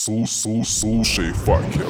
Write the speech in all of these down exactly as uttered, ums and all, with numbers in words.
Слушай факел.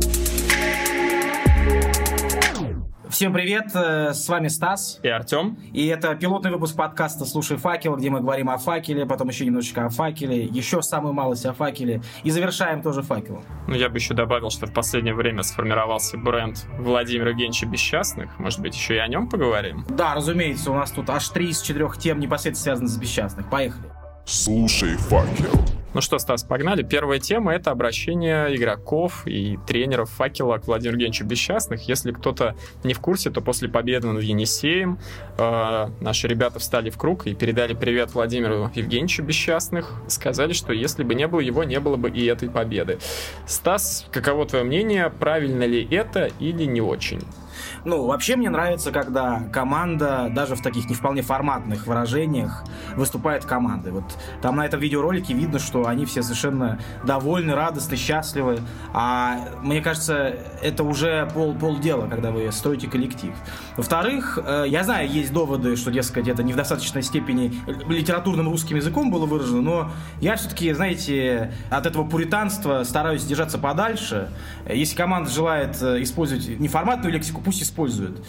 Всем привет, с вами Стас и Артем. И это пилотный выпуск подкаста «Слушай факел», где мы говорим о факеле, потом еще немножечко о факеле, еще самую малость о факеле и завершаем тоже факелом. Ну, я бы еще добавил, что в последнее время сформировался бренд Владимира Евгеньевича Бесчастных. Может быть, еще и о нем поговорим? Да, разумеется, у нас тут аж три из четырех тем непосредственно связаны с Бесчастных. Поехали. Слушай факел. Ну что, Стас, погнали. Первая тема — это обращение игроков и тренеров «Факела» к Владимиру Евгеньевичу Бесчастных. Если кто-то не в курсе, то после победы над Енисеем э, наши ребята встали в круг и передали привет Владимиру Евгеньевичу Бесчастных. Сказали, что если бы не было его, не было бы и этой победы. Стас, каково твое мнение, правильно ли это или не очень? Ну, вообще мне нравится, когда команда, даже в таких не вполне форматных выражениях, выступает командой. Вот там на этом видеоролике видно, что они все совершенно довольны, радостны, счастливы. А мне кажется, это уже пол, полдела, когда вы строите коллектив. Во-вторых, я знаю, есть доводы, что, дескать, это не в достаточной степени литературным русским языком было выражено, но я все-таки, знаете, от этого пуританства стараюсь держаться подальше. Если команда желает использовать неформатную лексику, пусть используют.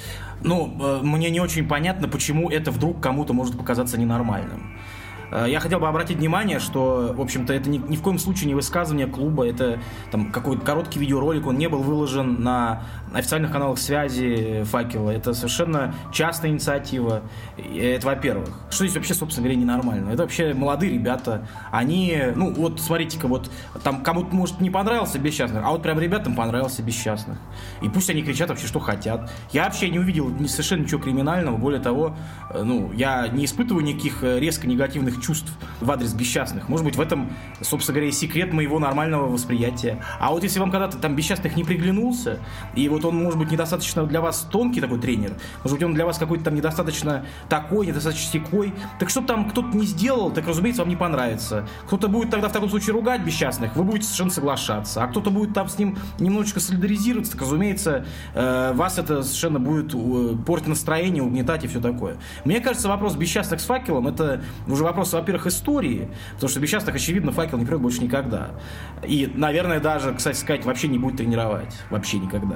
Но э, мне не очень понятно, почему это вдруг кому-то может показаться ненормальным. Э, я хотел бы обратить внимание, что, в общем-то, это ни, ни в коем случае не высказывание клуба, это там какой-то короткий видеоролик, он не был выложен на официальных каналах связи «Факела». Это совершенно частная инициатива. Это, во-первых. Что здесь вообще, собственно говоря, ненормально? Это вообще молодые ребята. Они, ну, вот, смотрите-ка, вот, там кому-то, может, не понравился Бесчастных, а вот прям ребятам понравился Бесчастных. И пусть они кричат вообще, что хотят. Я вообще не увидел ни, совершенно ничего криминального. Более того, ну, я не испытываю никаких резко негативных чувств в адрес Бесчастных. Может быть, в этом, собственно говоря, и секрет моего нормального восприятия. А вот если вам когда-то там Бесчастных не приглянулся, и вот он, может быть, недостаточно для вас тонкий такой тренер, может быть, он для вас какой-то там недостаточно такой, недостаточно сякой, так что там кто-то не сделал, так, разумеется, вам не понравится. Кто-то будет тогда в таком случае ругать Бесчастных, вы будете совершенно соглашаться. А кто-то будет там с ним немножечко солидаризироваться, так, разумеется, э, вас это совершенно будет э, портить настроение, угнетать и все такое. Мне кажется, вопрос Бесчастных с Факелом — это уже вопрос, во-первых, истории, потому что Бесчастных, очевидно, Факел не придет больше никогда. И, наверное, даже, кстати сказать, вообще не будет тренировать. Вообще никогда.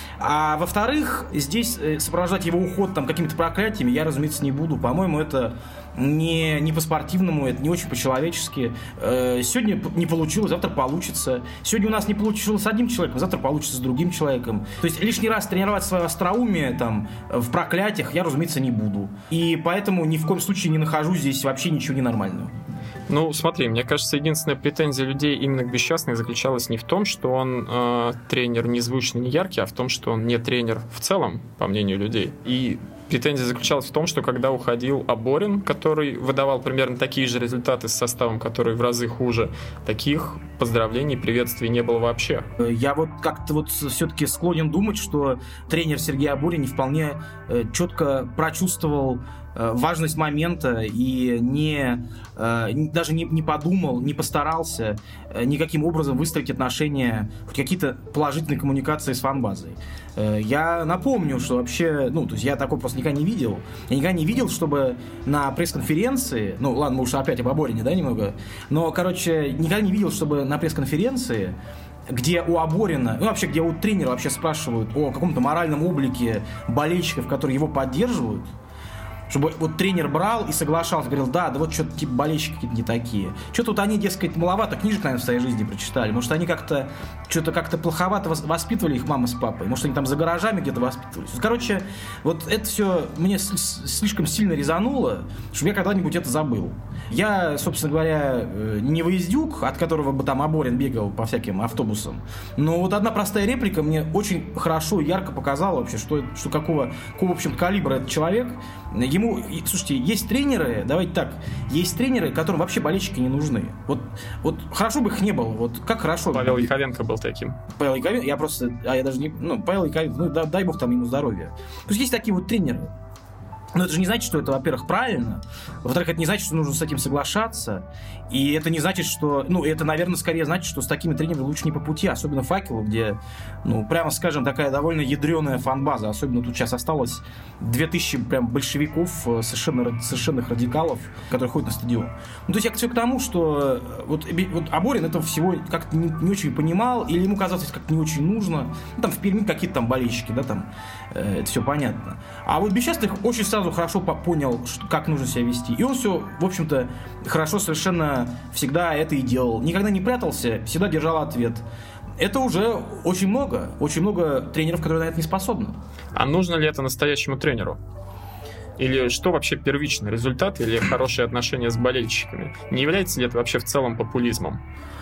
А во-вторых, здесь сопровождать его уход там какими-то проклятиями я, разумеется, не буду. По-моему, это не, не по-спортивному, это не очень по-человечески. Сегодня не получилось, завтра получится. Сегодня у нас не получилось с одним человеком, завтра получится с другим человеком. То есть лишний раз тренировать свое остроумие там, в проклятиях я, разумеется, не буду. И поэтому ни в коем случае не нахожу здесь вообще ничего ненормального. Ну, смотри, мне кажется, единственная претензия людей именно к Бесчастных заключалась не в том, что он э, тренер незвучный, не яркий, а в том, что он не тренер в целом, по мнению людей. И претензия заключалась в том, что когда уходил Аборин, который выдавал примерно такие же результаты с составом, который в разы хуже, таких поздравлений, приветствий не было вообще. Я вот как-то вот все-таки склонен думать, что тренер Сергей Аборин не вполне э, четко прочувствовал э, важность момента и не, э, даже не, не подумал, не постарался э, никаким образом выстроить отношения, хоть какие-то положительные коммуникации с фан-базой. Э, я напомню, что вообще, ну, то есть я такой просто никогда не видел. Я никогда не видел, чтобы на пресс-конференции, ну, ладно, мы уж опять об Аборине, да, немного, но, короче, никогда не видел, чтобы на пресс-конференции, где у Аборина, ну вообще, где у тренера вообще спрашивают о каком-то моральном облике болельщиков, которые его поддерживают, чтобы вот тренер брал и соглашался, говорил, да, да вот что-то типа болельщики какие-то не такие. Что-то вот они, дескать, маловато книжек, наверное, в своей жизни прочитали. Может, они как-то, что-то как-то плоховато воспитывали их мама с папой. Может, они там за гаражами где-то воспитывались. Короче, вот это все мне слишком сильно резануло, чтобы я когда-нибудь это забыл. Я, собственно говоря, не выездюк, от которого бы там Аборин бегал по всяким автобусам. Но вот одна простая реплика мне очень хорошо и ярко показала вообще, что, что какого, какого, в общем, калибра этот человек. Ему, слушайте, есть тренеры, давайте так, есть тренеры, которым вообще болельщики не нужны. Вот, вот хорошо бы их не было, вот как хорошо. Павел Яковенко был таким. Павел Яковенко, я просто, а я даже не, ну, Павел Яковенко, ну, дай, дай бог там ему здоровья. То есть есть такие вот тренеры. Но это же не значит, что это, во-первых, правильно. Во-вторых, это не значит, что нужно с этим соглашаться. И это не значит, что... Ну, это, наверное, скорее значит, что с такими тренерами лучше не по пути. Особенно Факелу, где, ну, прямо скажем, такая довольно ядреная фан-база. Особенно тут сейчас осталось две тысячи прям большевиков, совершенно, совершенных радикалов, которые ходят на стадион. Ну, то есть я все к тому, что вот, вот Аборин этого всего как-то не, не очень понимал, или ему казалось, это как-то не очень нужно. Ну, там в Перми какие-то там болельщики, да, там, э, это все понятно. А вот Бесчастных очень сразу хорошо понял, что, как нужно себя вести. И он все, в общем-то, хорошо совершенно всегда это и делал. Никогда не прятался, всегда держал ответ. Это уже очень много. Очень много тренеров, которые на это не способны. А нужно ли это настоящему тренеру? Или что вообще первично? Результат или хорошие отношения с болельщиками? Не является ли это вообще в целом популизмом?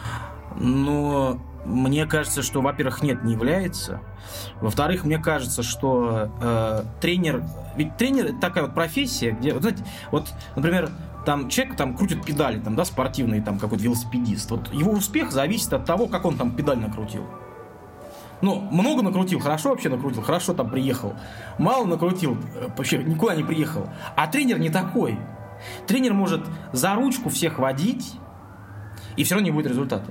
Но мне кажется, что, во-первых, нет, не является. Во-вторых, мне кажется, что э, тренер... Ведь тренер — это такая вот профессия, где, вот, знаете, вот, например, там человек там крутит педали, там, да, спортивный, там, какой-то велосипедист. Вот его успех зависит от того, как он там педаль накрутил. Ну, много накрутил, хорошо вообще накрутил, хорошо там приехал. Мало накрутил, вообще никуда не приехал. А тренер не такой. Тренер может за ручку всех водить, и все равно не будет результата.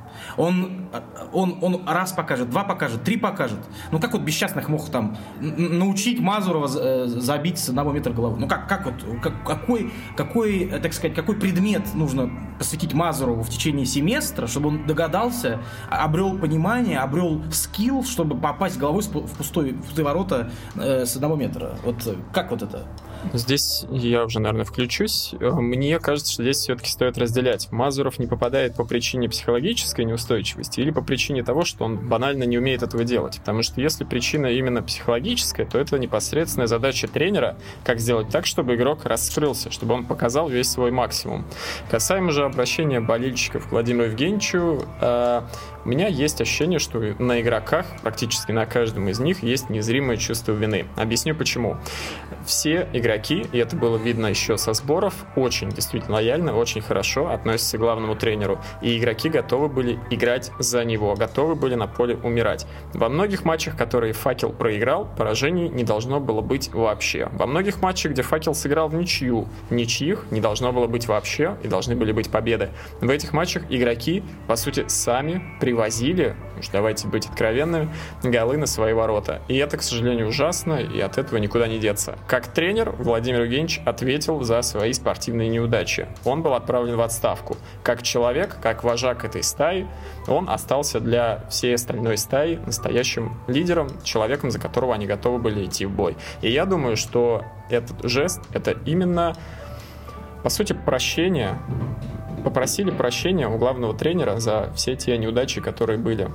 Он, он, он раз покажет, два покажет, три покажет. Ну как вот Бесчастных мог там научить Мазурова забить с одного метра головы? Ну как, как вот, как, какой, какой, так сказать, какой предмет нужно посвятить Мазурову в течение семестра, чтобы он догадался, обрел понимание, обрел скилл, чтобы попасть головой в пустые, в пустые ворота э, с одного метра? Вот как вот это? Здесь я уже, наверное, включусь. Мне кажется, что здесь все-таки стоит разделять. Мазуров не попадает по причине психологической неустойчивости или по причине того, что он банально не умеет этого делать. Потому что если причина именно психологическая, то это непосредственная задача тренера, как сделать так, чтобы игрок раскрылся, чтобы он показал весь свой максимум. Касаемо же обращения болельщиков к Владимиру Евгеньевичу, э, у меня есть ощущение, что на игроках, практически на каждом из них, есть незримое чувство вины. Объясню почему. Все игроки, и это было видно еще со сборов, очень действительно лояльно, очень хорошо относятся к главному тренеру. И игроки готовы были играть за него, готовы были на поле умирать. Во многих матчах, которые Факел проиграл, поражений не должно было быть вообще. Во многих матчах, где Факел сыграл в ничью, ничьих не должно было быть вообще, и должны были быть победы. В этих матчах игроки, по сути, сами привозили, уж давайте быть откровенными, голы на свои ворота. И это, к сожалению, ужасно, и от этого никуда не деться. Как тренер, Владимир Евгеньевич ответил за свои спортивные неудачи. Он был отправлен в отставку. Как человек, как вожак этой стаи, он остался для всей остальной стаи настоящим лидером, человеком, за которого они готовы были идти в бой. И я думаю, что этот жест — это именно, по сути, прощение. Попросили прощения у главного тренера за все те неудачи, которые были.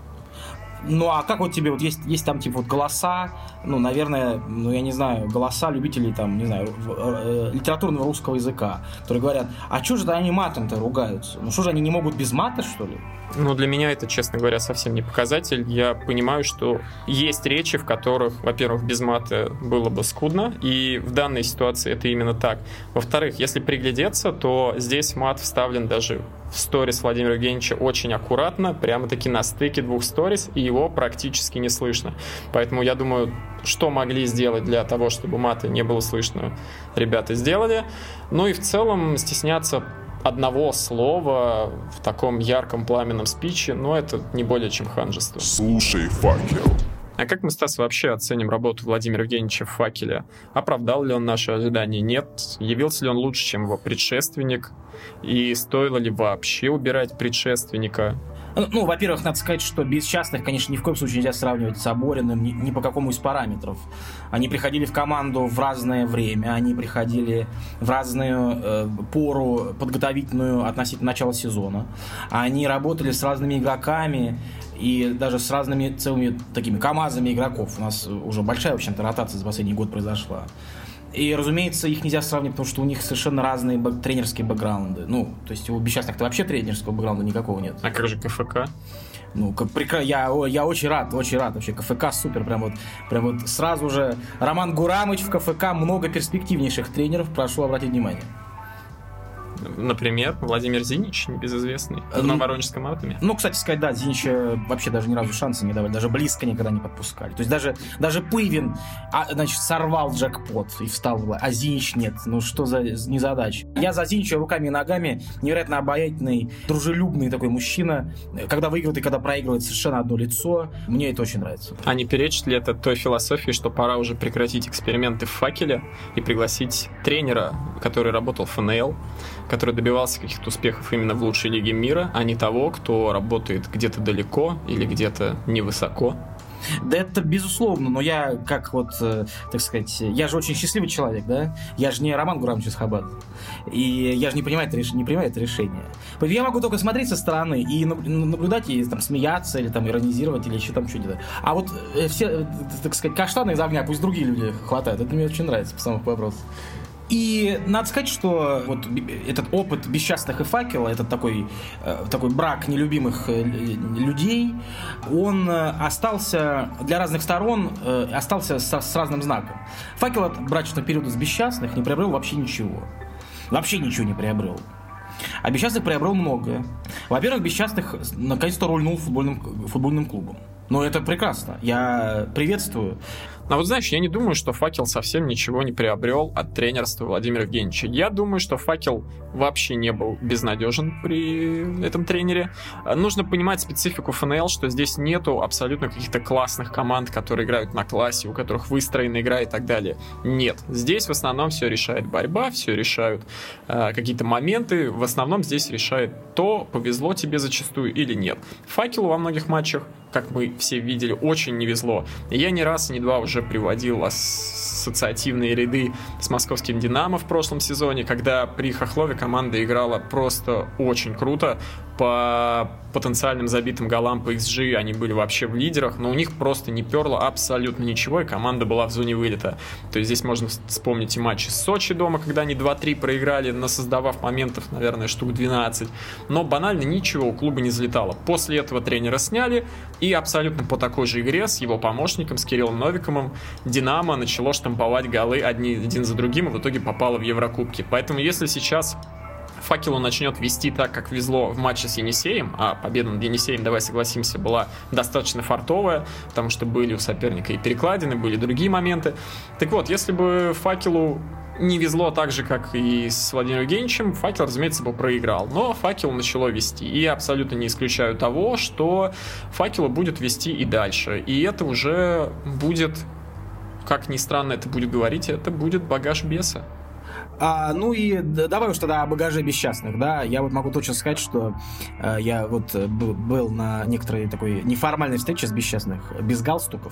Ну, а как вот тебе, вот есть, есть там, типа, вот голоса, ну, наверное, ну, я не знаю, голоса любителей, там, не знаю, литературного русского языка, которые говорят, а чё же они матом-то ругаются? Ну, что же они не могут без мата, что ли? Ну, для меня это, честно говоря, совсем не показатель. Я понимаю, что есть речи, в которых, во-первых, без мата было бы скудно, и в данной ситуации это именно так. Во-вторых, если приглядеться, то здесь мат вставлен даже в сторис Владимира Евгеньевича очень аккуратно, прямо-таки на стыке двух сторис, и его практически не слышно. Поэтому я думаю, что могли сделать для того, чтобы мата не было слышно, ребята сделали. Ну и в целом стесняться одного слова в таком ярком пламенном спиче, но это не более чем ханжество. Слушай, Факел. А как мы, Стас, вообще оценим работу Владимира Евгеньевича в «Факеле»? Оправдал ли он наши ожидания? Нет. Явился ли он лучше, чем его предшественник? И стоило ли вообще убирать предшественника? Ну, во-первых, надо сказать, что Бесчастных, конечно, ни в коем случае нельзя сравнивать с Абориным ни, ни по какому из параметров. Они приходили в команду в разное время, они приходили в разную э, пору подготовительную относительно начала сезона. Они работали с разными игроками и даже с разными целыми такими КамАЗами игроков. У нас уже большая, в общем-то, ротация за последний год произошла. И, разумеется, их нельзя сравнивать, потому что у них совершенно разные бэк- тренерские бэкграунды. Ну, то есть у Бесчастных-то вообще тренерского бэкграунда никакого нет. А как же КФК? Ну, как прекра... я, я очень рад, очень рад вообще. КФК супер, прям вот, прям вот сразу же. Роман Гурамыч в КФК много перспективнейших тренеров, прошу обратить внимание. Например, Владимир Зинич, небезызвестный, на Воронежском атоме. Ну, кстати сказать, да, Зинича вообще даже ни разу шанса не давали, даже близко никогда не подпускали. То есть даже, даже Пывин, а, значит, сорвал джекпот и встал, а Зинич нет. Ну, что за незадача? Я за Зинича руками и ногами, невероятно обаятельный, дружелюбный такой мужчина. Когда выигрывает и когда проигрывает, совершенно одно лицо. Мне это очень нравится. А не перечит ли это той философии, что пора уже прекратить эксперименты в «Факеле» и пригласить тренера, который работал в эф эн эл, который добивался каких-то успехов именно в лучшей лиге мира, а не того, кто работает где-то далеко или где-то невысоко? Да это безусловно, но я как вот, э, так сказать, я же очень счастливый человек, да? Я же не Роман Гурамович Асхабад, и я же не принимаю это, реш... не принимаю это решение. Поэтому я могу только смотреть со стороны и наблюдать, и там смеяться, или там иронизировать, или еще там что-то. А вот э, все, э, так сказать, каштаны из огня пусть другие люди хватают. Это мне очень нравится по самому вопросу. И надо сказать, что вот этот опыт «Бесчастных» и «Факела», этот такой, такой брак нелюбимых людей, он остался для разных сторон, остался с, с разным знаком. «Факел» от брачного периода с «Бесчастных» не приобрел вообще ничего. Вообще ничего не приобрел. А «Бесчастных» приобрел многое. Во-первых, «Бесчастных» наконец-то рульнул футбольным, футбольным клубом. Ну, это прекрасно. Я приветствую. А вот знаешь, я не думаю, что «Факел» совсем ничего не приобрел от тренерства Владимира Евгеньевича. Я думаю, что «Факел» вообще не был безнадежен при этом тренере. Нужно понимать специфику эф эн эл, что здесь нету абсолютно каких-то классных команд, которые играют на классе, у которых выстроена игра и так далее. Нет. Здесь в основном все решает борьба, все решают э, какие-то моменты. В основном здесь решает то, повезло тебе зачастую или нет. «Факелу» во многих матчах, как мы все видели, очень не везло. И я не раз и не два уже приводил ассоциативные ряды с московским «Динамо» в прошлом сезоне, когда при Хохлове команда играла просто очень круто. По потенциальным забитым голам по икс джи они были вообще в лидерах, но у них просто не перло абсолютно ничего, и команда была в зоне вылета. То есть здесь можно вспомнить и матчи с Сочи дома, когда они два-три проиграли, насоздавав моментов, наверное, штук двенадцать. Но банально ничего у клуба не залетало. После этого тренера сняли, и абсолютно по такой же игре с его помощником, с Кириллом Новиковым, «Динамо» начало штамповать голы одни, один за другим, и в итоге попало в Еврокубки. Поэтому если сейчас «Факелу» начнет вести так, как везло в матче с Енисеем, а победа над Енисеем, давай согласимся, была достаточно фартовая, потому что были у соперника и перекладины, были другие моменты. Так вот, если бы «Факелу» не везло так же, как и с Владимиром Евгеньевичем, «Факел», разумеется, бы проиграл. Но «Факел» начало вести. И я абсолютно не исключаю того, что «Факелу» будет вести и дальше. И это уже будет, как ни странно это будет говорить, это будет багаж беса. А, ну и давай уж тогда о багаже «Бесчастных», да, я вот могу точно сказать, что э, я вот был, был на некоторой такой неформальной встрече с «Бесчастных» без галстуков,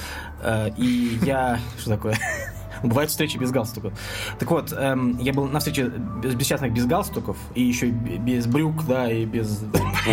э, и я... Что такое? Бывают встречи без галстуков. Так вот, эм, я был на встрече с «Бесчастных» без галстуков, и еще без брюк, да, и без...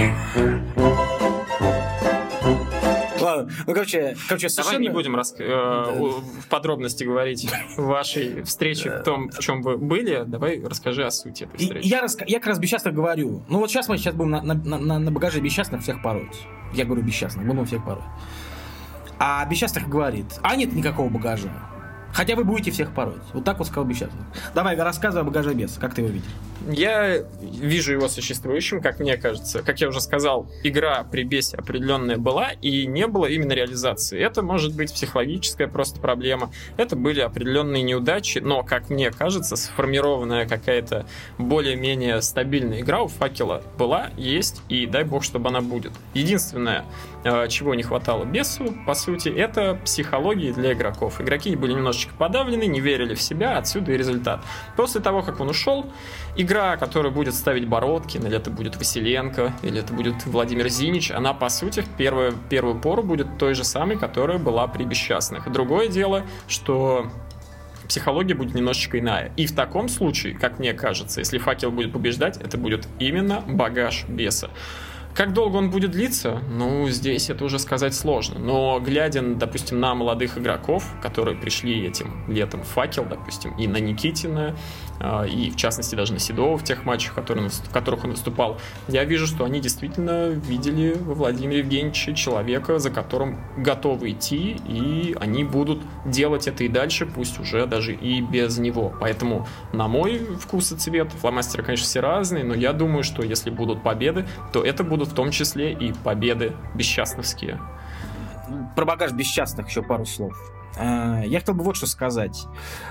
Ладно, ну, короче, короче совершенно... Давай не будем рас... э, в подробности говорить вашей встречи, в том, в чем вы были. Давай расскажи о сути этой встречи. Я, рас... я как раз «Бесчастных» говорю. Ну вот сейчас мы сейчас будем на, на, на, на багаже «Бесчастных» всех пороть. Я говорю «Бесчастных», будем всех пороть. А «Бесчастных» говорит, а нет никакого багажа. Хотя вы будете всех пороть. Вот так вот сказал «Бесчастных». Давай, рассказывай о багаже беса. Как ты его видишь? Я вижу его существующим, как мне кажется. Как я уже сказал, игра при бесе определенная была, и не было именно реализации. Это может быть психологическая просто проблема. Это были определенные неудачи, но, как мне кажется, сформированная какая-то более-менее стабильная игра у «Факела» была, есть, и дай бог, чтобы она будет. Единственное, чего не хватало бесу, по сути, это психологии для игроков. Игроки были немножечко подавлены, не верили в себя, отсюда и результат. После того, как он ушел, игра, которая будет ставить Бородкин, или это будет Василенко, или это будет Владимир Зинич, она, по сути, в первую, первую пору будет той же самой, которая была при «Бесчастных». Другое дело, что психология будет немножечко иная. И в таком случае, как мне кажется, если «Факел» будет побеждать, это будет именно багаж беса. Как долго он будет длиться? Ну, здесь это уже сказать сложно. Но глядя, допустим, на молодых игроков, которые пришли этим летом в «Факел», допустим, и на Никитина, и, в частности, даже на Седова в тех матчах, которые, в которых он выступал, я вижу, что они действительно видели во Владимире Евгеньевиче человека, за которым готовы идти, и они будут делать это и дальше, пусть уже даже и без него. Поэтому, на мой вкус и цвет, фломастеры, конечно, все разные, но я думаю, что если будут победы, то это будут в том числе и победы бесчастновские. Про багаж бесчастных еще пару слов. Я хотел бы вот что сказать.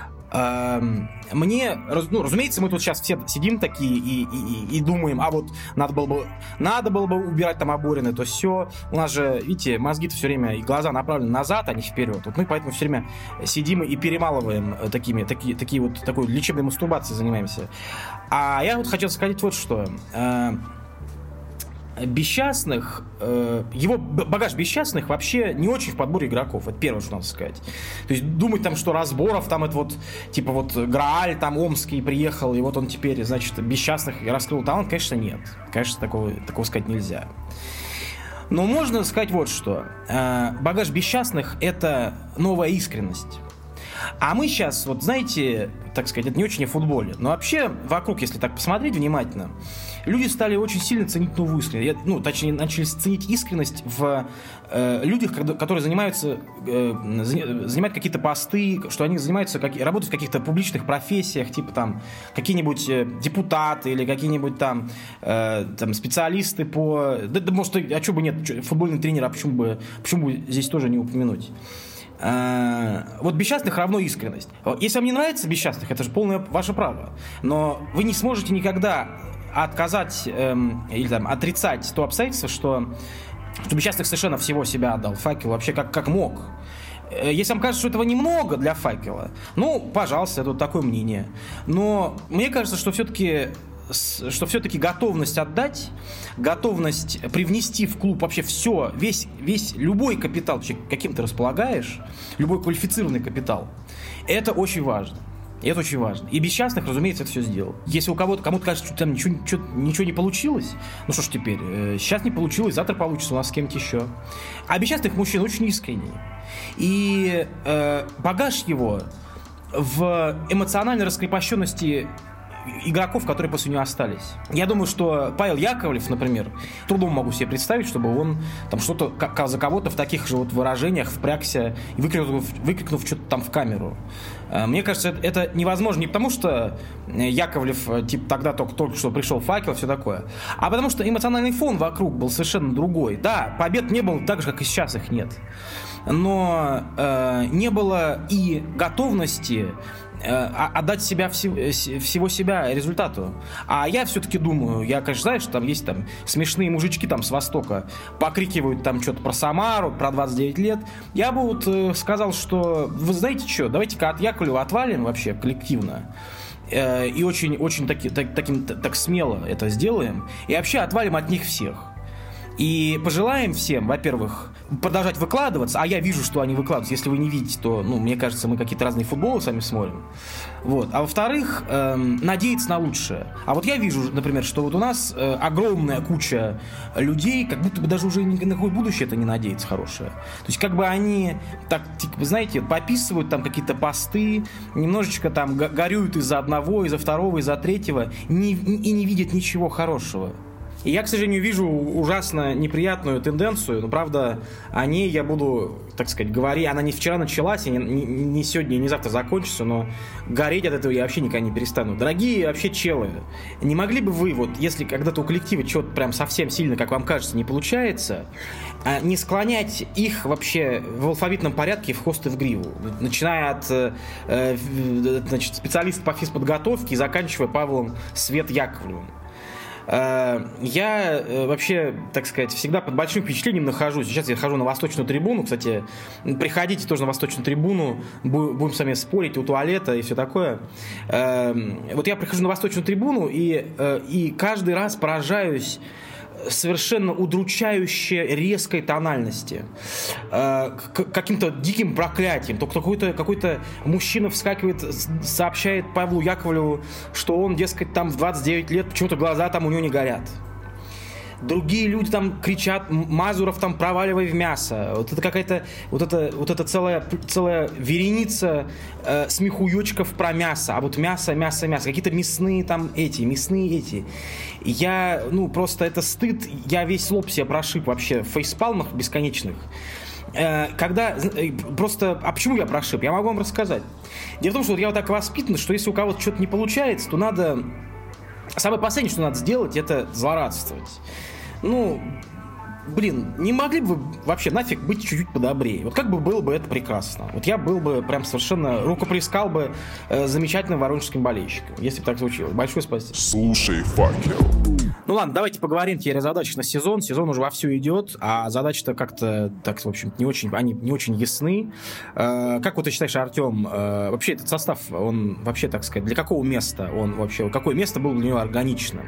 Мне, ну, разумеется, мы тут сейчас все сидим такие и, и, и думаем, а вот надо было бы, надо было бы убирать там Оборина, то все. У нас же, видите, мозги-то все время и глаза направлены назад, а не вперед. Вот мы поэтому все время сидим и перемалываем такими, такие, такие вот, такой лечебной мастурбацией занимаемся. А я вот хотел сказать вот что. Бесчастных, э, его багаж бесчастных вообще не очень в подборе игроков. Это первое, что надо сказать. То есть думать там, что Разборов там это вот, типа вот Грааль там омский приехал, и вот он теперь, значит, бесчастных раскрыл талант, конечно, нет. Конечно, такого, такого сказать нельзя. Но можно сказать вот что. Э, багаж бесчастных — это новая искренность. А мы сейчас, вот знаете, так сказать, это не очень о футболе, но вообще вокруг, если так посмотреть внимательно, люди стали очень сильно ценить новую искренность. Ну, точнее, начали ценить искренность в э, людях, которые занимаются, э, занимают какие-то посты, что они занимаются, как, работают в каких-то публичных профессиях, типа там какие-нибудь э, депутаты или какие-нибудь там, э, там специалисты по... Да, да может, а что бы нет, футбольный тренер, а почему бы, почему бы здесь тоже не упомянуть? Вот бесчастных равно искренность. Если вам не нравится бесчастных, это же полное ваше право. Но вы не сможете никогда отказать эм, или там, отрицать то обстоятельство, что, что бесчастных совершенно всего себя отдал «Факел», вообще как, как мог. Если вам кажется, что этого немного для «Факела», ну, пожалуйста, это вот такое мнение. Но мне кажется, что все-таки что все-таки готовность отдать, готовность привнести в клуб вообще все, весь, весь любой капитал, каким ты располагаешь, любой квалифицированный капитал, это очень важно. И это очень важно. И бесчастных, разумеется, это все сделал. Если у кого-то, кому-то кажется, что там ничего, ничего, ничего не получилось, ну что ж теперь, сейчас не получилось, завтра получится у нас с кем-то еще. А бесчастных мужчин очень искренний. И э, багаж его в эмоциональной раскрепощенности игроков, которые после него остались. Я думаю, что Павел Яковлев, например, трудом могу себе представить, чтобы он там что-то как, за кого-то в таких же вот выражениях впрягся и выкрикнув, выкрикнув что-то там в камеру. Мне кажется, это, это невозможно не потому, что Яковлев типа тогда только, только что пришел «Факел», все такое, а потому что эмоциональный фон вокруг был совершенно другой. Да, побед не было так же, как и сейчас их нет. Но э, не было и готовности отдать себя всего себя результату. А я все-таки думаю, я, конечно, знаю, что там есть там смешные мужички там с Востока, покрикивают там что-то про Самару, про двадцать девять лет. Я бы вот э, сказал, что вы знаете что, давайте-ка от Яковлева отвалим вообще коллективно. Э, и очень, очень таки, так, таким, так смело это сделаем. И вообще отвалим от них всех. И пожелаем всем, во-первых, продолжать выкладываться, а я вижу, что они выкладываются. Если вы не видите, то, ну, мне кажется, мы какие-то разные футболы сами смотрим. Вот. А во-вторых, эм, надеяться на лучшее. А вот я вижу, например, что вот у нас э, огромная куча людей, как будто бы даже уже ни на какое будущее это не надеется хорошее. То есть как бы они, так, типа, знаете, пописывают там какие-то посты, немножечко там горюют из-за одного, из-за второго, из-за третьего, не, и не видят ничего хорошего. И я, к сожалению, вижу ужасно неприятную тенденцию, но, правда, о ней я буду, так сказать, говорить. Она не вчера началась, и не, не, не сегодня, и не завтра закончится, но гореть от этого я вообще никогда не перестану. Дорогие вообще челы, не могли бы вы, вот, если когда-то у коллектива что-то прям совсем сильно, как вам кажется, не получается, не склонять их вообще в алфавитном порядке в хвост и в гриву, начиная от э, значит, специалиста по физподготовке и заканчивая Павлом Свет Яковлевым. Я вообще, так сказать, всегда под большим впечатлением нахожусь. Сейчас я хожу на Восточную трибуну. Кстати, приходите тоже на Восточную трибуну. Будем с вами спорить у туалета и все такое. Вот я прихожу на Восточную трибуну и, и каждый раз поражаюсь совершенно удручающе резкой тональности, э, к- каким-то диким проклятием. Только какой-то, какой-то мужчина вскакивает, сообщает Павлу Яковлеву, что он, дескать, там в двадцать девять лет почему-то глаза там у него не горят. другие люди там кричат, Мазуров там проваливай в мясо. Вот это какая-то, вот это, вот это целая, целая вереница э, смехуёчков про мясо. А вот мясо, мясо, мясо. Какие-то мясные там эти, мясные эти. Я, ну, просто это стыд. Я весь лоб себе прошиб вообще в фейспалмах бесконечных. Когда просто... А почему я прошиб? Я могу вам рассказать. Дело в том, что я вот так воспитан, что если у кого-то что-то не получается, то надо... Самое последнее, что надо сделать, это злорадствовать. Ну, блин, не могли бы вы вообще нафиг быть чуть-чуть подобрее? Вот как бы было бы это прекрасно. Вот я был бы прям совершенно... Рукоплескал бы э, замечательным воронежским болельщиком, если бы так случилось. Большое спасибо. Слушай, факел. Ну ладно, давайте поговорим теперь о задачах на сезон. Сезон уже вовсю идет, а задачи-то как-то, так, в общем, не очень, они не очень ясны. Э, как вот ты считаешь, Артем, э, вообще этот состав, он вообще, так сказать, для какого места он вообще, какое место было для него органичным?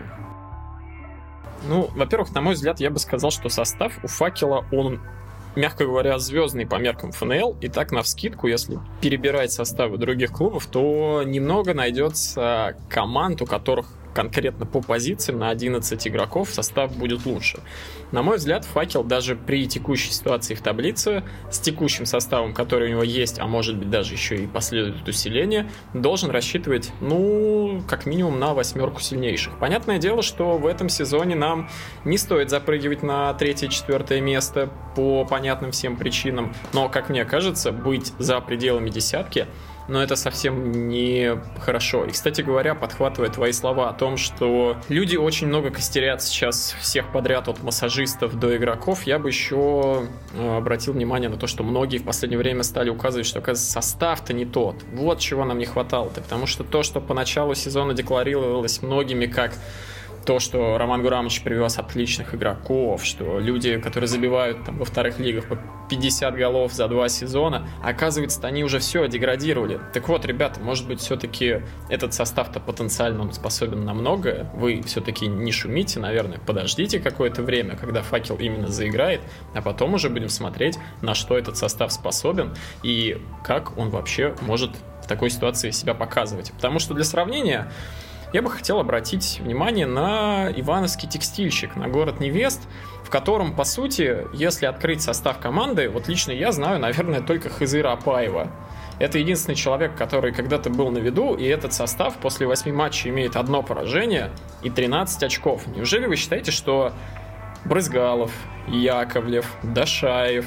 Ну, во-первых, на мой взгляд, я бы сказал, что состав у «Факела», он, мягко говоря, звездный по меркам эф эн эл. И так, навскидку, если перебирать составы других клубов, то немного найдется команд, у которых конкретно по позициям на одиннадцать игроков состав будет лучше. На мой взгляд, «Факел» даже при текущей ситуации в таблице, с текущим составом, который у него есть, а может быть даже еще и последует усиление, должен рассчитывать, ну, как минимум на восьмерку сильнейших. Понятное дело, что в этом сезоне нам не стоит запрыгивать на третье-четвертое место по понятным всем причинам, но, как мне кажется, быть за пределами десятки, но это совсем не хорошо. И, кстати говоря, подхватывая твои слова о том, что люди очень много костерят сейчас всех подряд, от массажистов до игроков, я бы еще обратил внимание на то, что многие в последнее время стали указывать, что, оказывается, состав-то не тот. Вот чего нам не хватало-то. Потому что то, что по началу сезона декларировалось многими как то, что Роман Гурамович привез отличных игроков, что люди, которые забивают там во вторых лигах по пятьдесят голов за два сезона, оказывается, они уже все деградировали. Так вот, ребята, может быть, все-таки этот состав-то потенциально он способен на многое. Вы все-таки не шумите, наверное, подождите какое-то время, когда «Факел» именно заиграет, а потом уже будем смотреть, на что этот состав способен и как он вообще может в такой ситуации себя показывать. Потому что для сравнения я бы хотел обратить внимание на ивановский текстильщик, на город Невест, в котором, по сути, если открыть состав команды, вот лично я знаю, наверное, только Хызыра Апаева. Это единственный человек, который когда-то был на виду, и этот состав после восьми матчей имеет одно поражение и тринадцать очков. Неужели вы считаете, что Брызгалов, Яковлев, Дашаев,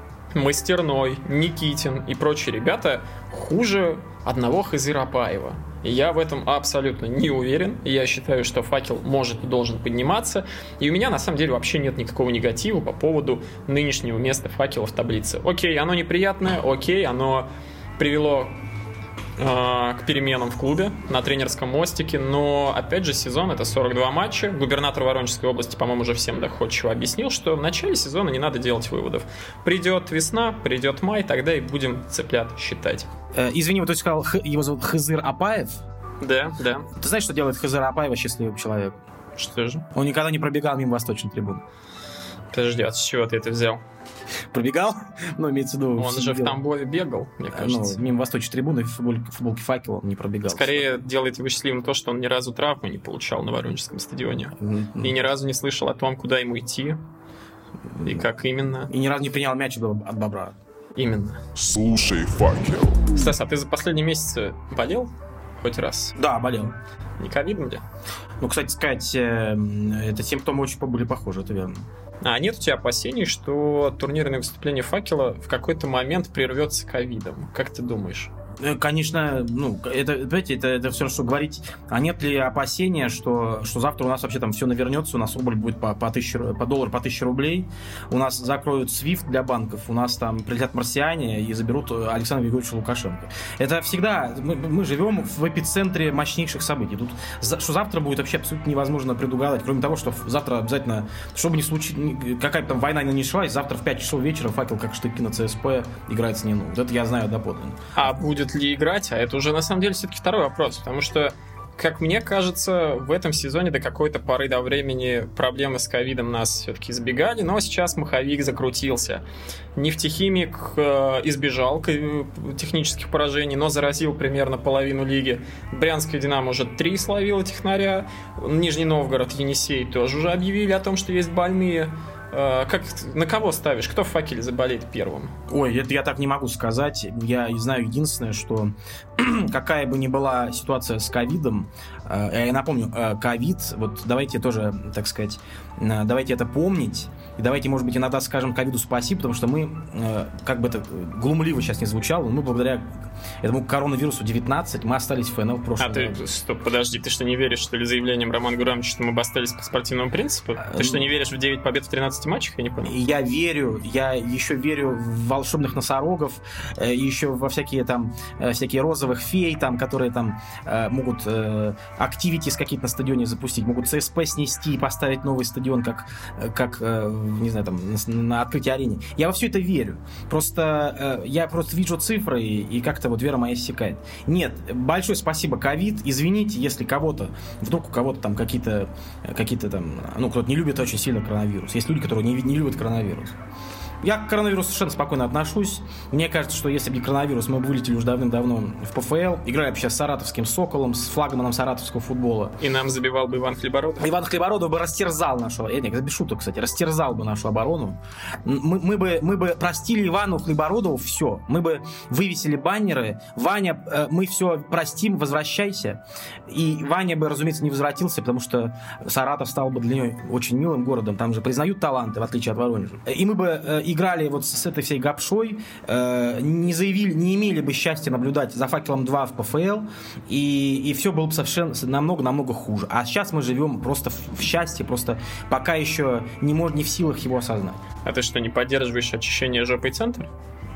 Мастерной, Никитин и прочие ребята хуже одного Хызыра Апаева? Я в этом абсолютно не уверен. Я считаю, что «Факел» может и должен подниматься. И у меня, на самом деле, вообще нет никакого негатива по поводу нынешнего места «Факела» в таблице. Окей, оно неприятное, окей, оно привело э, к переменам в клубе на тренерском мостике, но, опять же, сезон — это сорок два матча. Губернатор Воронежской области, по-моему, уже всем доходчиво объяснил, что в начале сезона не надо делать выводов. Придет весна, придет май, тогда и будем цыплят считать. Э, извини, вот ты сказал, х- его зовут Хызыр Апаев? Да, да. Ты знаешь, что делает Хызыр Апаева счастливым человеком? Что же? Он никогда не пробегал мимо восточной трибуны. Подожди, а с чего ты это взял? Пробегал? Ну, имеется в виду... Он же в Тамбове бегал, мне кажется. Ну, мимо восточной трибуны в футболке, в футболке «Факела» он не пробегал. Скорее делает его счастливым то, что он ни разу травмы не получал на Воронежском стадионе. Mm-hmm. И ни разу не слышал о том, куда ему идти и как именно. И ни разу не принял мяч от Бобра. Именно. Слушай, «Факел». Стас, а ты за последние месяцы болел хоть раз? Да, болел. Не ковидом ли? Ну, кстати сказать, это симптомы очень были похожи, это верно. А нет у тебя опасений, что турнирное выступление «Факела» в какой-то момент прервется ковидом? Как ты думаешь? Конечно, ну, это, понимаете, это, это все, что говорить. А нет ли опасения, что, что завтра у нас вообще там все навернется, у нас рубль будет по, по, тысяче, по доллару по тысяче рублей, у нас закроют свифт для банков, у нас там прилетят марсиане и заберут Александра Григорьевича Лукашенко. Это всегда, мы, мы живем в эпицентре мощнейших событий. Тут, что завтра будет вообще абсолютно невозможно предугадать, кроме того, что завтра обязательно, чтобы не случилось, какая-то там война не шла, завтра в пять часов вечера «Факел» как штыки на ЦСП играет с Нину. Вот это я знаю доподлинно. А будет ли играть, а это уже на самом деле все-таки второй вопрос, потому что как мне кажется, в этом сезоне до какой-то поры до времени проблемы с ковидом нас все-таки избегали, но сейчас маховик закрутился. Нефтехимик э, избежал технических поражений, но заразил примерно половину лиги. Брянская «Динамо» уже три словила технаря. Нижний Новгород, Енисей тоже уже объявили о том, что есть больные. Как, на кого ставишь? Кто в «Факеле» заболеет первым? Ой, это я так не могу сказать. Я знаю единственное, что какая бы ни была ситуация с ковидом, я напомню, ковид, вот давайте тоже, так сказать, давайте это помнить, и давайте, может быть, иногда скажем ковиду спасибо, потому что мы, как бы это глумливо сейчас не звучало, мы благодаря этому коронавирусу девятнадцать мы остались в ФНЛ в прошлом году. А ты, стоп, подожди, ты что, не веришь, что ли, заявлением Романа Гурамовича, что мы бы остались по спортивному принципу? Ты что, не веришь в девять побед в тринадцати матчах? Я не понял. Я верю, я еще верю в волшебных носорогов, еще во всякие там, всякие розовых фей, там, которые там могут активитис какие-то на стадионе запустить, могут ЦСП снести и поставить новый стадион, как, как не знаю, там, на, на открытии арене. Я во все это верю. Просто я просто вижу цифры, и, и как-то вот вера моя иссякает. Нет, большое спасибо, ковид. Извините, если кого-то, вдруг у кого-то там какие-то, какие-то там, ну, кто-то не любит очень сильно коронавирус. Есть люди, которые не, не любят коронавирус. Я к коронавирусу совершенно спокойно отношусь. Мне кажется, что если бы не коронавирус, мы бы вылетели уже давным-давно в ПФЛ. Играли бы сейчас с саратовским «Соколом», с флагманом саратовского футбола. И нам забивал бы Иван Хлебородов. Иван Хлебородов бы растерзал нашу... Я, нет, без шуток, кстати. Растерзал бы нашу оборону. Мы, мы, бы, мы бы простили Ивану Хлебородову все. Мы бы вывесили баннеры. Ваня, мы все простим, возвращайся. И Ваня бы, разумеется, не возвратился, потому что Саратов стал бы для него очень милым городом. Там же признают таланты, в отличие от Воронежа. И мы бы играли вот с этой всей гопшой, э, не заявили, не имели бы счастья наблюдать за «Факелом два» в ПФЛ, и, и все было бы совершенно намного-намного хуже. А сейчас мы живем просто в, в счастье, просто пока еще не, мож, не в силах его осознать. А ты что, не поддерживаешь очищение жопой центра?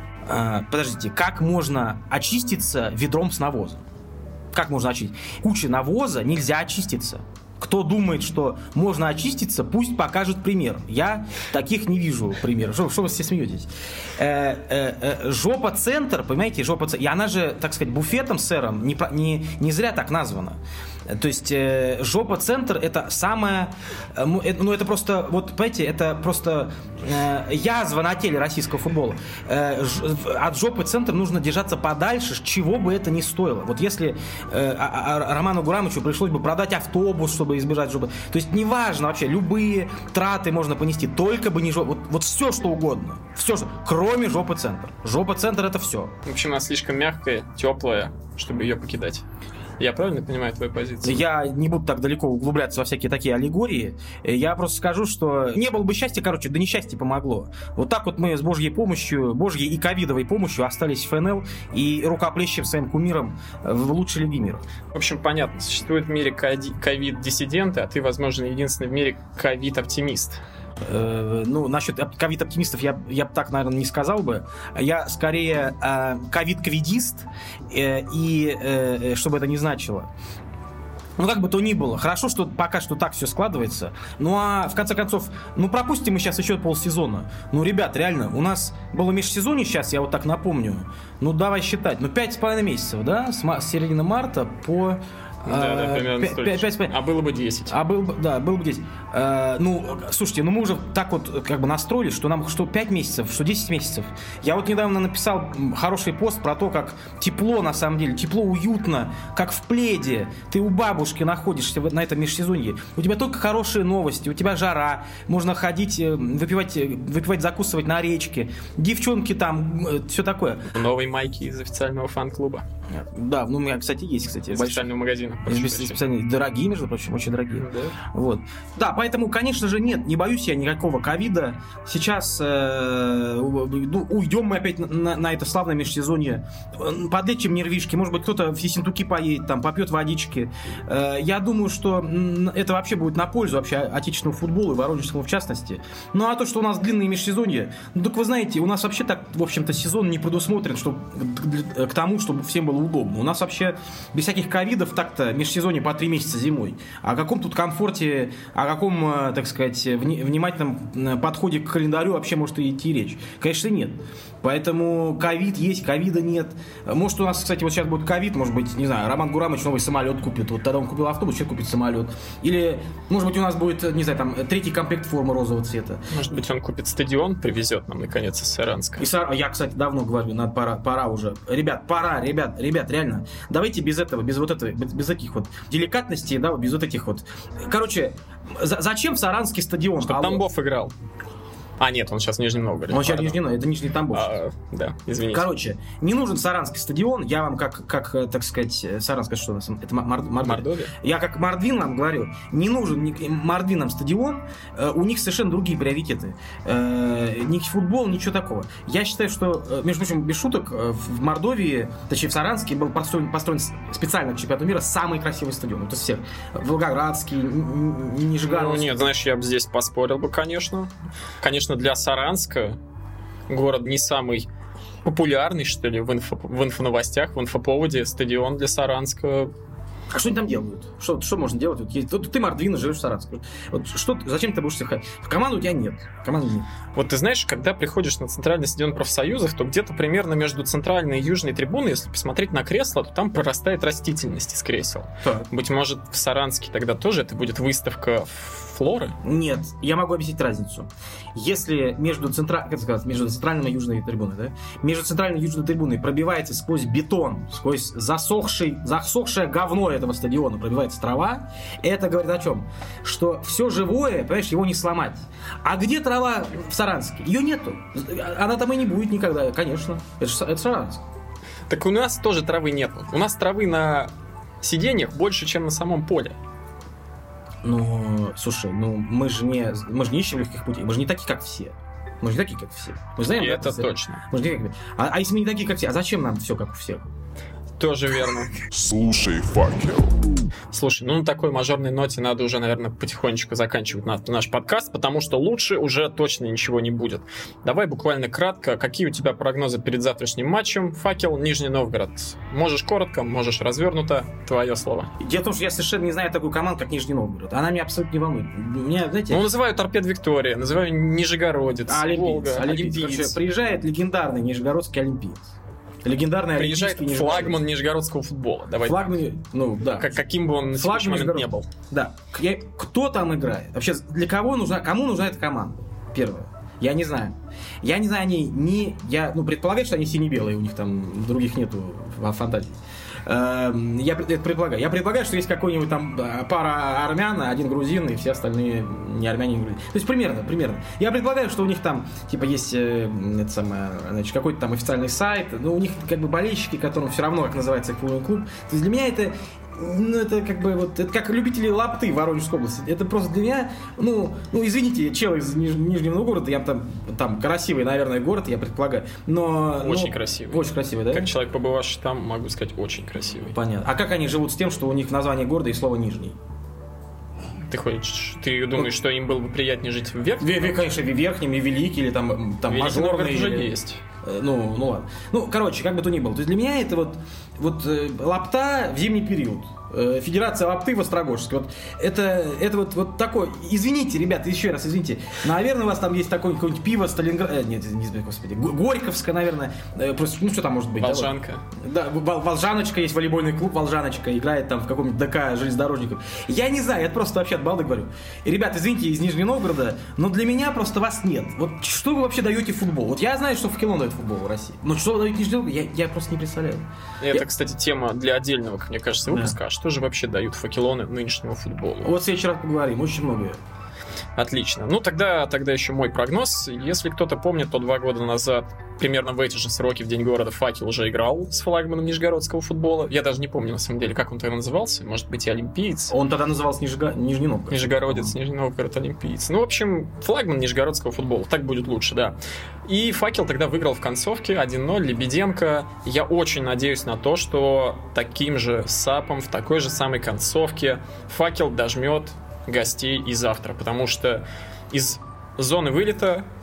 Э, подождите, как можно очиститься ведром с навозом? Как можно очистить? Куча навоза, нельзя очиститься. Кто думает, что можно очиститься, пусть покажет пример. Я таких не вижу примеров. Что, что вы все смеетесь? Э, э, э, жопа-центр, понимаете, жопа-центр. И она же, так сказать, буфетом сэром не, не, не зря так названа. То есть э, жопа-центр это самое... Э, ну, это просто, вот, понимаете, это просто э, язва на теле российского футбола. Э, ж, от жопы-центра нужно держаться подальше, чего бы это ни стоило. Вот если э, а, а, Роману Гурамовичу пришлось бы продать автобус, чтобы избежать жопы... То есть неважно вообще, любые траты можно понести, только бы не жопа... Вот, вот все, что угодно. Все, что... Кроме жопы-центра. Жопа-центр это все. В общем, она слишком мягкая, теплая, чтобы ее покидать. Я правильно понимаю твою позицию? Я не буду так далеко углубляться во всякие такие аллегории. Я просто скажу, что не было бы счастья, короче, да несчастье помогло. Вот так вот мы с Божьей помощью, Божьей и ковидовой помощью остались в ФНЛ и рукоплещем своим кумиром в лучшей лиге мира. В общем, понятно. Существует в мире ковид-диссиденты, а ты, возможно, единственный в мире ковид-оптимист. Э, ну, насчет ковид-оптимистов я, я бы так, наверное, не сказал бы. Я скорее э, ковид-ковидист, э, и э, что бы это ни значило. Ну, как бы то ни было. Хорошо, что пока что так все складывается. Ну, а в конце концов, ну, пропустим мы сейчас еще полсезона. Ну, ребят, реально, у нас было межсезонье сейчас, я вот так напомню. Ну, давай считать. Ну, пять с половиной месяцев, да? С, с середины марта по... Да, да, примерно столько. А было бы десять. А было бы, да, было бы десять. А, ну, слушайте, ну мы уже так вот как бы настроились, что нам что пять месяцев, что десять месяцев. Я вот недавно написал хороший пост про то, как тепло на самом деле, тепло, уютно, как в пледе. Ты у бабушки находишься на этом межсезонье. У тебя только хорошие новости, у тебя жара, можно ходить, выпивать, выпивать, закусывать на речке. Девчонки там, все такое. Новые майки из официального фан-клуба. Да, ну у меня, кстати, есть, кстати. Из официального магазина. Специальные, дорогие, между прочим, очень дорогие. Да. Вот. Да, поэтому, конечно же, нет, не боюсь я никакого ковида. Сейчас э, ну, уйдем мы опять на, на это славное межсезонье. Подлечим нервишки, может быть, кто-то в Ессентуки поедет, там, попьет водички. Э, я думаю, что это вообще будет на пользу вообще отечественному футболу и воронежскому в частности. Ну, а то, что у нас длинные межсезонья, ну, так вы знаете, у нас вообще так, в общем-то, сезон не предусмотрен что, к, к тому, чтобы всем было удобно. У нас вообще без всяких ковидов так-то межсезонье по три месяца зимой. О каком тут комфорте, о каком, так сказать, внимательном подходе к календарю вообще может и идти речь? Конечно, нет. Поэтому ковид есть, ковида нет. Может, у нас, кстати, вот сейчас будет ковид, может быть, не знаю, Роман Гурамович новый самолет купит. Вот тогда он купил автобус, сейчас купит самолет. Или, может быть, у нас будет, не знаю, там, третий комплект формы розового цвета. Может быть, он купит стадион, привезет нам, наконец, из Саранска. И Сар... Я, кстати, давно говорю, надо, пора, пора уже. Ребят, пора, ребят, ребят, реально. Давайте без этого, без вот этого, без, без таких вот деликатностей, да, без вот этих вот. Короче, за- зачем Саранский стадион? Чтобы Тамбов играл. А, нет, он сейчас в Нижнем Новгороде. Он сейчас в Нижнем Новгороде, это Нижний Тамбов. А, да, извините. Короче, не нужен Саранский стадион. Я вам как, как так сказать, Саранская, что у нас? Это Мор- Мордовия. Мордовия? Я как Мордвин вам говорю, не нужен ни- Мордвинам стадион. э, У них совершенно другие приоритеты. Э, Ни футбол, ничего такого. Я считаю, что, э, между прочим, без шуток, э, в Мордовии, точнее в Саранске, был построен, построен с- специально к чемпионату мира самый красивый стадион. Вот из всех. Волгоградский, Н- Н- Нижегородский. Ну, нет, знаешь, я бы здесь поспорил бы, конечно. Конечно, для Саранска город не самый популярный, что ли, в, инфо, в инфоновостях, в инфоповоде. Стадион для Саранска. А что они там делают? Что, что можно делать? Вот, есть, вот ты Мордвин, живешь в Саранске. Вот что, зачем ты будешь ходить? Команды у тебя нет. Команды нет. Вот ты знаешь, когда приходишь на центральный стадион профсоюзов, то где-то примерно между центральной и южной трибуной, если посмотреть на кресла, то там прорастает растительность из кресел. Так. Быть может, в Саранске тогда тоже это будет выставка флоры? Нет, я могу объяснить разницу. Если между, центра... как сказать, между центральной и южной трибуной, да, между центральной и южной трибуной пробивается сквозь бетон, сквозь засохший, засохшее говно этого стадиона, пробивается трава, это говорит о чем? Что все живое, понимаешь, его не сломать. А где трава в Саранске? Ее нету. Она там и не будет никогда, конечно. Это, ж- это Саранск. Так у нас тоже травы нет. У нас травы на сиденьях больше, чем на самом поле. Ну, слушай, ну мы же не, мы же не ищем легких путей, мы же не такие, как все. Мы же не такие, как все. Мы знаем, И да, это все? точно. Мы же не такие, как... а, а если мы не такие, как все, а зачем нам все, как у всех? Тоже верно. Слушай, факел. Слушай, ну на такой мажорной ноте надо уже, наверное, потихонечку заканчивать на- наш подкаст, потому что лучше уже точно ничего не будет. Давай буквально кратко, какие у тебя прогнозы перед завтрашним матчем? Факел, Нижний Новгород. Можешь коротко, можешь развернуто. Твое слово. Дело в том, что я совершенно не знаю такую команду, как Нижний Новгород. Она меня абсолютно не волнует. Меня, знаете... Ну, называю Торпед Виктория, называю Нижегородец, а, олимпиец, Волга, олимпиец. Олимпиец. Короче, приезжает легендарный нижегородский олимпиец. Легендарный Приезжает олимпийский Нижегородец. флагман нижегородского футбола. Давай. Флагман, ну да. Как, каким бы он на Флагман сегодняшний момент не Нижегород- был. Да. Я- Кто там играет? Вообще, для кого нужна, кому нужна эта команда? Первое. Я не знаю. Я не знаю, они не... Я, ну, предполагаю, что они сине-белые, у них там других нету в фантазии. Эм, Я пред- это предполагаю. Я предполагаю, что есть какой-нибудь там э, пара армян, один грузин, и все остальные не армяне, не грузины. То есть примерно, примерно. Я предполагаю, что у них там, типа, есть э, это самое, значит, какой-то там официальный сайт, но у них как бы болельщики, которым все равно, как называется их футбольный клуб. То есть для меня это... Ну, это как бы вот, это как любители лапты в Воронежской области. Это просто для меня, ну, ну извините, чел из Ниж- Нижнего Новгорода, я там, там красивый, наверное, город, я предполагаю, но... Очень ну, красивый. Очень красивый, да? Как человек, побывавший там, могу сказать, очень красивый. Понятно. А как они живут с тем, что у них название города и слово Нижний? Ты хочешь, ты думаешь, что им было бы приятнее жить в Верхнем? Ве- ве- Конечно, Верхним и Великий, или там, там Великий Новгород мажорный. уже или- есть. Э, Ну, ну ладно. Ну, короче, как бы то ни было. То есть для меня это вот, вот э, лапта в зимний период. Э, Федерация лапты в Острогожске. Вот это, это вот, вот такой. Извините, ребята, еще раз извините. Наверное, у вас там есть такое какое-нибудь пиво Сталинград. Э, нет, не знаю, господи. Го- Горьковское, наверное. Э, просто, ну, что там может быть? да, вот. Волжанка. Да, Вол- Волжаночка, есть волейбольный клуб Волжаночка, играет там в каком-нибудь ДК железнодорожников. Я не знаю, я просто вообще от балды говорю. И, ребят, извините, из Нижнего Новгорода, но для меня просто вас нет. Вот что вы вообще даете футбол? Вот я знаю, что в Хилон дает футбол в России. Но что вы даете Нижнему Новгороду, я, я просто не представляю. Это, Я- кстати, тема для отдельного, как мне кажется, выпуска. А что же вообще дают факелоны нынешнего футбола? Вот в следующий раз поговорим, очень много. Отлично. Ну, тогда, тогда еще мой прогноз. Если кто-то помнит, то два года назад, примерно в эти же сроки, в День города, Факел уже играл с флагманом нижегородского футбола. Я даже не помню, на самом деле, как он тогда назывался. Может быть, и Олимпиец. Он тогда назывался Нижего... Нижний Новгород. Нижегородец, Нижний Новгород, Олимпиец. Ну, в общем, флагман нижегородского футбола. Так будет лучше, да. И Факел тогда выиграл в концовке один ноль, Лебеденко. Я очень надеюсь на то, что таким же сапом, в такой же самой концовке Факел дожмет гостей и завтра. Потому что из зоны вылета,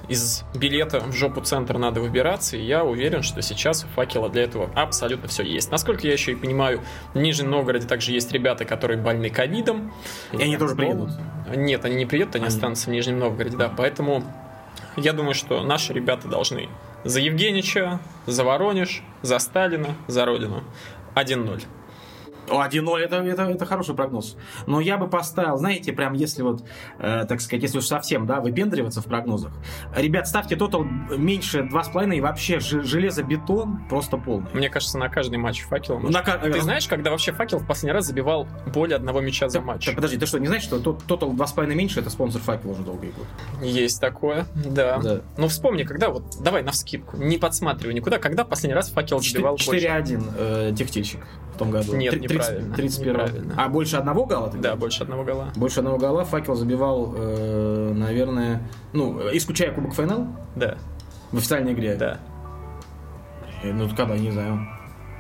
из билета в жопу центр надо выбираться, и я уверен, что сейчас у Факела для этого абсолютно все есть. Насколько я еще и понимаю, в Нижнем Новгороде также есть ребята, которые больны ковидом. И они тоже приедут? Нет, они не приедут, они, они останутся в Нижнем Новгороде, да, поэтому я думаю, что наши ребята должны за Евгенича, за Воронеж, за Сталина, за Родину. один ноль. один ноль это, это, это хороший прогноз. Но я бы поставил, знаете, прям если вот, э, так сказать, если уж совсем, да, выпендриваться в прогнозах. Ребят, ставьте тотал меньше два с половиной и вообще ж- железобетон просто полный. Мне кажется, на каждый матч Факела. На, Ты знаешь, когда вообще Факел в последний раз забивал более одного мяча за матч? Так, подожди, ты что, не знаешь, что тотал два с половиной меньше, это спонсор Факела уже долгие годы? Есть такое, да. да. Ну вспомни, когда вот, давай навскидку, не подсматривай никуда, когда в последний раз Факел забивал больше? четыре один э, Текстильщик в том году. Нет, неправильно. тридцать первого. А больше одного гола? Да, больше одного гола. Больше одного гола Факел забивал, э, наверное, ну, исключая Кубок ФНЛ? Да. В официальной игре? Да. Ну, когда, не знаю.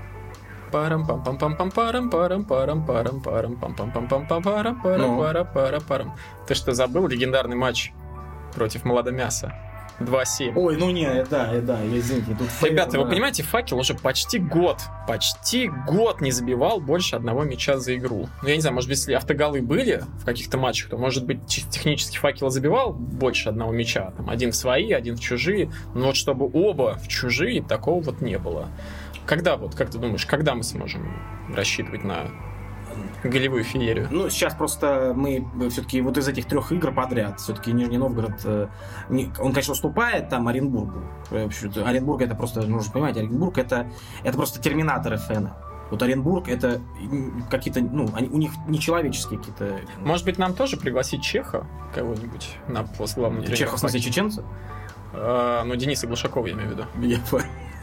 Парам пам пам пам пам парам парам парам парам парам пам пам пам пам пам парам парам парам парам парам. Ты что, забыл легендарный матч против Молодомяса? два семь. Ой, ну не, да, да, я извините. Тут Ребята, фейл, вы да. понимаете, Факел уже почти год, почти год не забивал больше одного мяча за игру. Ну, я не знаю, может быть, если автоголы были в каких-то матчах, то, может быть, технически Факел забивал больше одного мяча. Там, один в свои, один в чужие. Но вот чтобы оба в чужие, такого вот не было. Когда вот, как ты думаешь, когда мы сможем рассчитывать на голевую феерию? Ну, сейчас просто мы все-таки вот из этих трех игр подряд, все-таки Нижний Новгород, э, не, он, конечно, уступает там Оренбургу. Оренбург это просто, нужно понимать, Оренбург это, это просто терминатор эф эн. Вот Оренбург это какие-то, ну, они, у них нечеловеческие какие-то... Может быть, нам тоже пригласить Чеха кого-нибудь на пост главного тренера? Чеха, в смысле, чеченца? А, ну, Дениса Глушакова, я имею в виду. Я понял.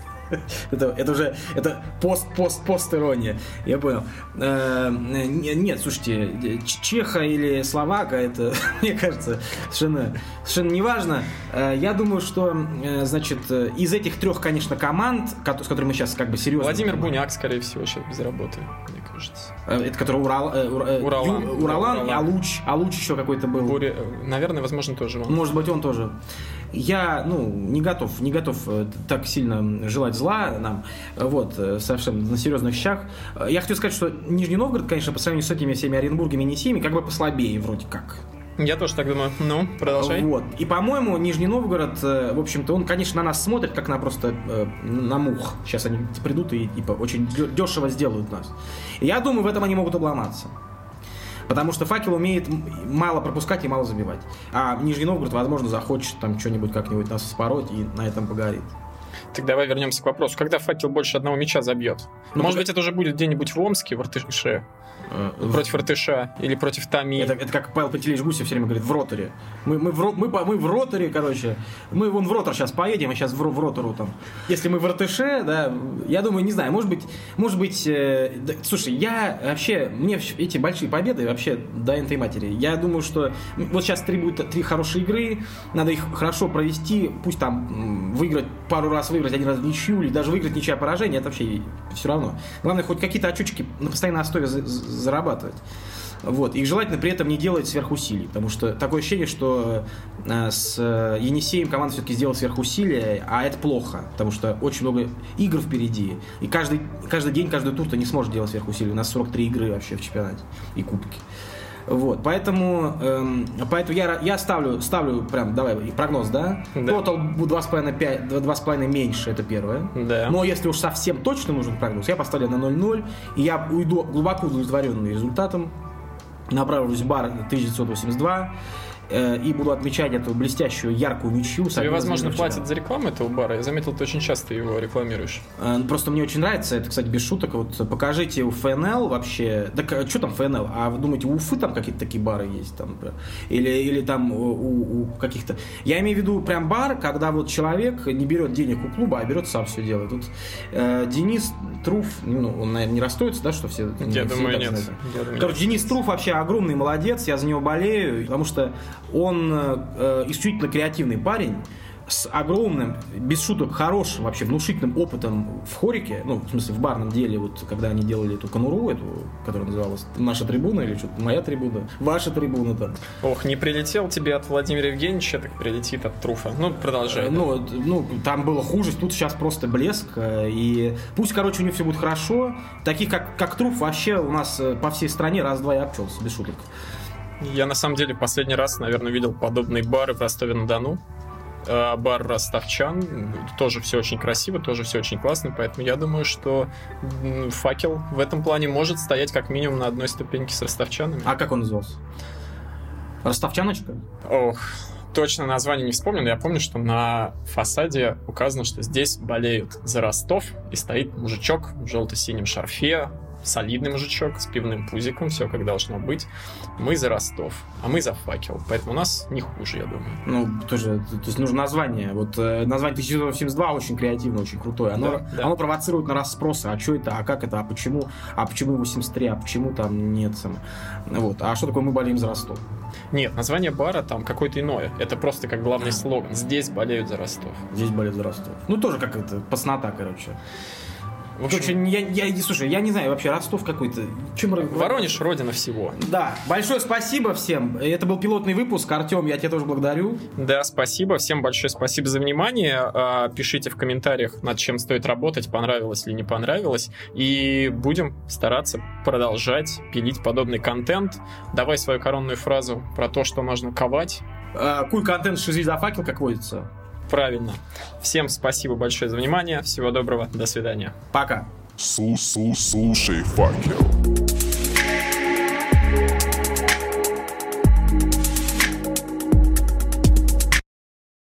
Это, это уже это пост, пост, пост-ирония. Я понял. Э, нет, слушайте, Чеха или Словака, это, мне кажется, совершенно, совершенно неважно. Э, я думаю, что, э, значит, из этих трех, конечно, команд, с которыми мы сейчас как бы серьезно... Владимир Буняк, скорее всего, сейчас без работы, мне кажется. Это который Урал, э, Уралан, Ю, Уралан, Уралан, а Луч, а Луч еще какой-то был. Бури... Наверное, возможно, тоже он. Может быть, он тоже. Я, ну, не готов, не готов так сильно желать зла нам, вот, совершенно на серьезных щах. Я хочу сказать, что Нижний Новгород, конечно, по сравнению с этими всеми Оренбургами и Несиями, как бы послабее вроде как. Я тоже так думаю. Ну, продолжай. Вот. И, по-моему, Нижний Новгород, в общем-то, он, конечно, на нас смотрит, как на просто на мух. Сейчас они придут и, типа, очень дешево сделают нас. И я думаю, в этом они могут обломаться. Потому что Факел умеет мало пропускать и мало забивать. А Нижний Новгород, возможно, захочет там что-нибудь как-нибудь нас вспороть и на этом погорит. Так давай вернемся к вопросу. Когда Факел больше одного мяча забьет? Ну, Может пока... быть, это уже будет где-нибудь в Омске, в Иртыше? Против Иртыша или против Томи. Это, это как Павел Пантелеич Гусев все время говорит, в роторе. Мы, мы, в, мы, мы в роторе, короче. Мы вон в ротор сейчас поедем, и сейчас в, в ротору там. Если мы в Иртыше, да, я думаю, не знаю, может быть, может быть, э, да, слушай, я вообще, мне эти большие победы вообще до энтой матери. Я думаю, что вот сейчас три будет три хорошие игры, надо их хорошо провести, пусть там выиграть, пару раз выиграть, один раз в ничью, или даже выиграть ничья поражение, это вообще все равно. Главное, хоть какие-то очечки на постоянной основе зарабатывать. Вот. И желательно при этом не делать сверхусилий, потому что такое ощущение, что э, с э, Енисеем команда все-таки сделала сверхусилия, а это плохо, потому что очень много игр впереди, и каждый, каждый день, каждый тур ты не сможешь делать сверхусилий. У нас сорок три игры вообще в чемпионате и кубки. Вот, поэтому, эм, поэтому я, я ставлю, ставлю прям, давай, прогноз, да? Тотал да. два с половиной меньше, это первое. Да. Но если уж совсем точно нужен прогноз, я поставлю на ноль ноль, и я уйду глубоко удовлетворенный результатом, направлюсь в бар тысяча девятьсот восемьдесят два, и буду отмечать эту блестящую, яркую ничью. Тебе, возможно, платят за рекламу этого бара? Я заметил, ты очень часто его рекламируешь. Просто мне очень нравится, это, кстати, без шуток. Вот покажите у эф эн эл вообще... Так что там эф эн эл? А вы думаете, у Уфы там какие-то такие бары есть? Там, или, или там у, у каких-то... Я имею в виду прям бар, когда вот человек не берет денег у клуба, а берет сам все делает. Тут э, Денис Труф, ну, он, наверное, не расстроится, да, что все... Я все думаю, нет. Я думаю, Короче, Денис Труф вообще огромный молодец, я за него болею, потому что он э, исключительно креативный парень, с огромным, без шуток, хорошим, вообще внушительным опытом в хорике, ну, в смысле, в барном деле, вот, когда они делали эту конуру, эту, которая называлась «Наша трибуна» или что-то, «Моя трибуна», «Ваша трибуна» там. Ох, не прилетел тебе от Владимира Евгеньевича, так прилетит от Труфа. Ну, продолжай. Ну, да. ну, там было хуже, тут сейчас просто блеск, и пусть, короче, у них все будет хорошо. Таких, как, как Труф, вообще у нас по всей стране раз-два и обчелся, без шуток. Я, на самом деле, последний раз, наверное, видел подобные бары в Ростове-на-Дону. Бар «Ростовчан». Тоже все очень красиво, тоже все очень классно, поэтому я думаю, что «Факел» в этом плане может стоять как минимум на одной ступеньке с ростовчанами. А как он назывался? «Ростовчаночка»? Ох, точно название не вспомню, но я помню, что на фасаде указано, что здесь болеют за Ростов, и стоит мужичок в желто-синем шарфе, солидный мужичок с пивным пузиком, все как должно быть. Мы за Ростов, а мы за «Факел». Поэтому у нас не хуже, я думаю. Ну, тоже, то есть нужно название. Вот э, название тысяча девятьсот семьдесят два очень креативно, очень крутое. Оно, да, да. оно провоцирует на расспросы. А что это, а как это, а почему, а почему восемьдесят три, а почему там нет. Сам... Вот. А что такое «Мы болеем за Ростов»? Нет, название бара там какое-то иное. Это просто как главный слоган. Здесь болеют за Ростов. Здесь болеют за Ростов. Ну, тоже как это, поснота, короче. В общем, Короче, я, я, слушай, я не знаю, вообще Ростов какой-то. Чем... Воронеж — родина всего. Да, большое спасибо всем. Это был пилотный выпуск. Артем, я тебя тоже благодарю. Да, спасибо. Всем большое спасибо за внимание. Пишите в комментариях, над чем стоит работать, понравилось или не понравилось. И будем стараться продолжать пилить подобный контент. Давай свою коронную фразу про то, что можно ковать. Куй контент, шизи за факел, как водится. Правильно. Всем спасибо большое за внимание. Всего доброго. До свидания. Пока. Слушай, факел.